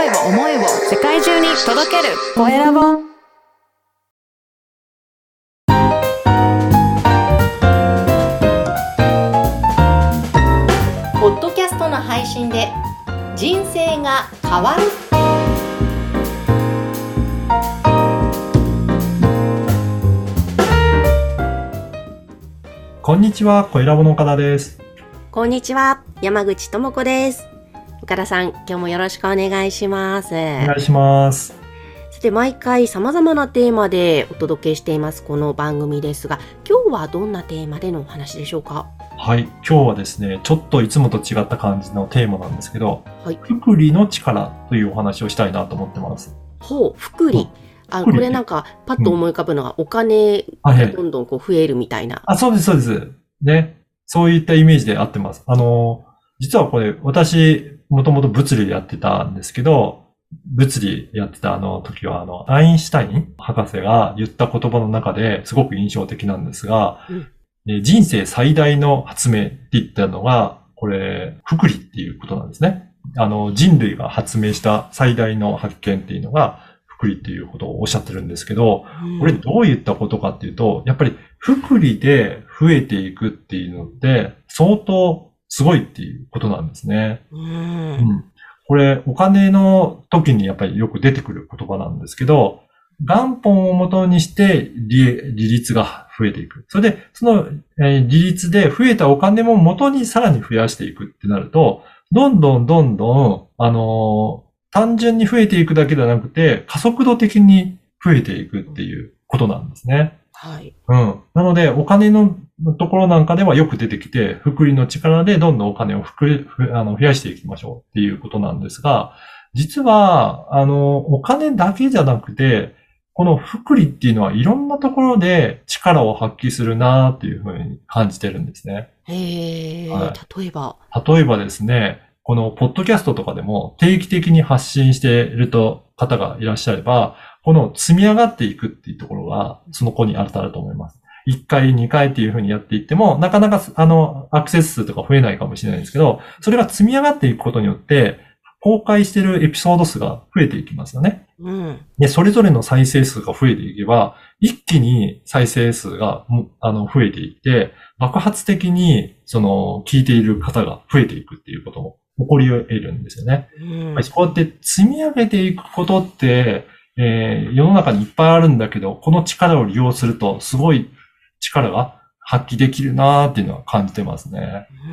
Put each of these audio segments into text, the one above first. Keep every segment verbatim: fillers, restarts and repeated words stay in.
を思いを世界中に届けるコエラボ。ポッドキャストの配信で人生が変わる。 こんにちは、コエラボの岡田です。 こんにちは、山口智子です。岡田さん、今日もよろしくお願いします。お願いします。 さて、毎回様々なテーマでお届けしていますこの番組ですが、今日はどんなテーマでのお話でしょうか？ はい、今日はですね、ちょっといつもと違った感じのテーマなんですけど、 はい、 福利の力というお話をしたいなと思ってます。 ほう、福利。うん、あ、これなんかパッと思い浮かぶのが、お金がどんどんこう増えるみたいな。 あ、そうです、そうです。ね。そういったイメージで合ってます。あの、実はこれ、私、もともと物理でやってたんですけど、物理やってたあの時は、あの、アインシュタイン博士が言った言葉の中ですごく印象的なんですが、うん、人生最大の発明って言ったのが、これ、福利っていうことなんですね。あの、人類が発明した最大の発見っていうのが、福利っていうことをおっしゃってるんですけど、これどういったことかっていうと、やっぱり福利で増えていくっていうのって相当すごいっていうことなんですね。 うん、 うん、これお金の時にやっぱりよく出てくる言葉なんですけど、元本を元にして利、利率が増えていく。それでその利率で増えたお金も元にさらに増やしていくってなると、どんどんどんどん、あのー、単純に増えていくだけではなくて、加速度的に増えていくっていうことなんですね。 はい。 うん。なので、お金のところなんかではよく出てきて、福利の力でどんどんお金をふくあの増やしていきましょうっていうことなんですが、実は、あの、お金だけじゃなくて、この福利っていうのはいろんなところで力を発揮するなっていうふうに感じてるんですね。 へー、はい、例えば例えばですね、このポッドキャストとかでも定期的に発信していると方がいらっしゃれば、この積み上がっていくっていうところがその子に当たると思います。いっかい、にかいっていうふうにやっていっても、なかなかあのアクセス数とか増えないかもしれないんですけど、それが積み上がっていくことによって、公開しているエピソード数が増えていきますよね。 うん、 で、それぞれの再生数が増えていけば、一気に再生数があの増えていって、爆発的にその聞いている方が増えていくっていうことも起こり得るんですよね。 うん、 こうやって積み上げていくことって、えー、世の中にいっぱいあるんだけど、この力を利用するとすごい力が発揮できるなーっていうのは感じてますね。 うん、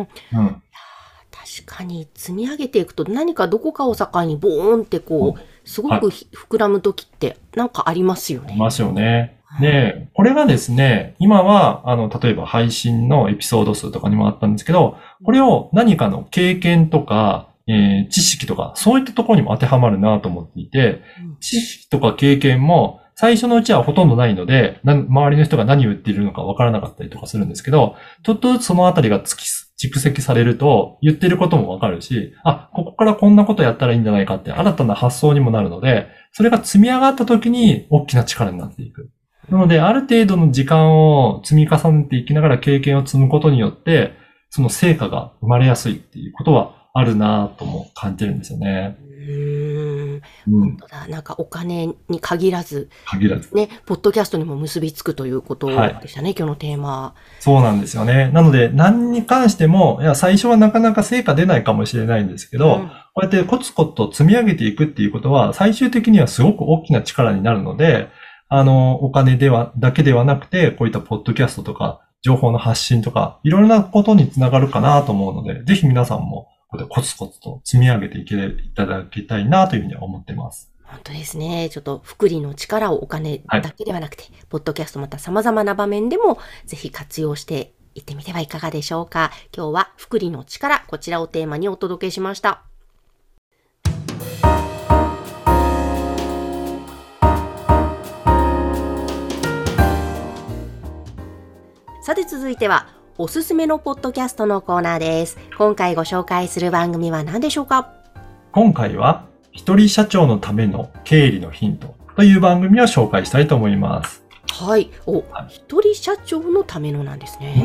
うん、 確かに積み上げていくと何かどこかを境にボーンってこう、うん、すごく膨らむ時ってなんかありますよね。 ありますよね。で、これがですね、今は、あの、例えば配信のエピソード数とかにもあったんですけど、これを何かの経験とか、えー、知識とか、そういったところにも当てはまるなと思っていて、知識とか経験も最初のうちはほとんどないので、周りの人が何を言っているのかわからなかったりとかするんですけど、ちょっとずつそのあたりが蓄積されると、言ってることもわかるし、あ、ここからこんなことやったらいいんじゃないかって新たな発想にもなるので、それが積み上がった時に大きな力になっていく。なので、ある程度の時間を積み重ねていきながら経験を積むことによって、その成果が生まれやすいっていうことはあるなぁとも感じてるんですよね。 うーん、本当だ。なんかお金に限らず、 限らず。 ね、ポッドキャストにも結びつくということでしたね、はい、今日のテーマ。 そうなんですよね。なので、何に関しても、いや、最初はなかなか成果出ないかもしれないんですけど、うん、こうやってコツコツと積み上げていくっていうことは、最終的にはすごく大きな力になるので、あの、お金では、だけではなくて、こういったポッドキャストとか、情報の発信とか、いろいろなことにつながるかなと思うので、ぜひ皆さんも、ここでコツコツと積み上げていけいただきたいなというふうに思ってます。 本当ですね。ちょっと、福利の力をお金だけではなくて、はい、ポッドキャストまた様々な場面でも、ぜひ活用していってみてはいかがでしょうか。今日は、福利の力、こちらをテーマにお届けしました。さて続いてはおすすめのポッドキャストのコーナーです。今回ご紹介する番組は何でしょうか？ 今回は一人社長のための経理のヒントという番組を紹介したいと思います。 はい。お、はい、一人社長のためのなんですね。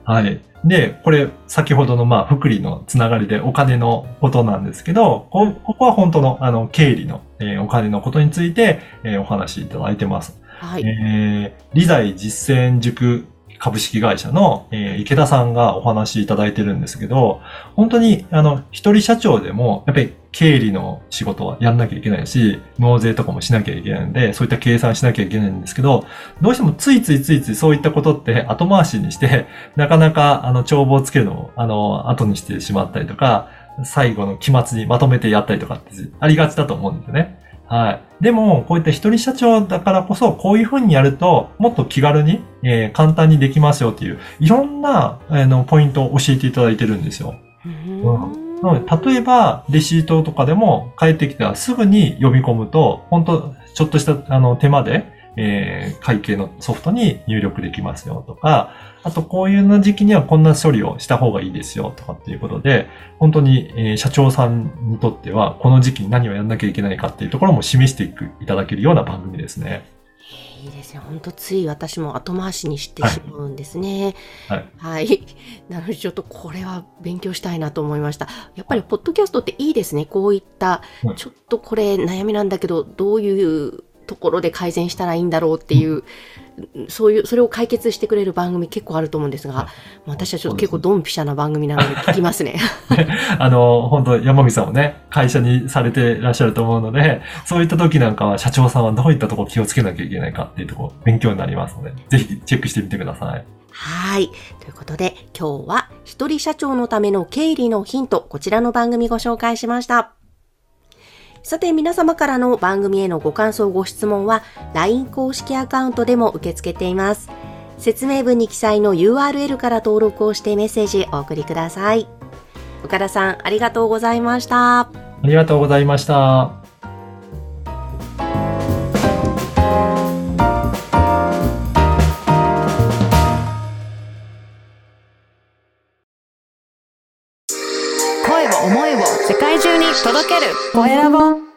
はい。で、これ、先ほどの、まあ、福利のつながりでお金のことなんですけど、こここは本当の、あの、経理の、えーお金のことについて、えーお話しいただいてます。 はい。 えー、理財実践塾株式会社の、えー池田さんがお話しいただいてるんですけど、本当に、あの、一人社長でも、やっぱり経理の仕事はやんなきゃいけないし、納税とかもしなきゃいけないんで、そういった計算しなきゃいけないんですけど、どうしてもついついついついそういったことって後回しにして、なかなか、あの、帳簿をつけるのを、あの、後にしてしまったりとか、最後の期末にまとめてやったりとかってありがちだと思うんですよね。はい。でも、こういった一人社長だからこそ、こういうふうにやると、もっと気軽に、えー簡単にできますよっていう、いろんな、あの、ポイントを教えていただいてるんですよ。 うーうんんなので、例えば、レシートとかでも帰ってきたらすぐに読み込むと、本当ちょっとしたあの手間で、えー会計のソフトに入力できますよとか、あとこういうの時期にはこんな処理をした方がいいですよとかっていうことで、本当に、えー社長さんにとっては、この時期に何をやんなきゃいけないかっていうところも示していくいただけるような番組ですね。 いいですね。本当つい私も後回しにしてしまうんですね。 はい。 はい。なのでちょっとこれは勉強したいなと思いました。やっぱりポッドキャストっていいですね。こういったうんちょっとこれ悩みなんだけどどういうところで改善したらいいんだろうっていう、そういうそれを解決してくれる番組結構あると思うんですが、 はい私はちょっと結構ドンピシャな番組なので聞きますね。 あの、本当山口さんもね、会社にされていらっしゃると思うので、そういった時なんかは社長さんはどういったところ気をつけなきゃいけないかっていうところ、勉強になりますので、ぜひチェックしてみてください。 はい。ということで今日は一人社長のための経理のヒント、こちらの番組ご紹介しました。さて皆様からの番組へのご感想ご質問は ライン 公式アカウントでも受け付けています。説明文に記載の ユーアールエル から登録をしてメッセージお送りください。岡田さんありがとうございました。 ありがとうございました。 声を思いを世界中に届けるコエラボ。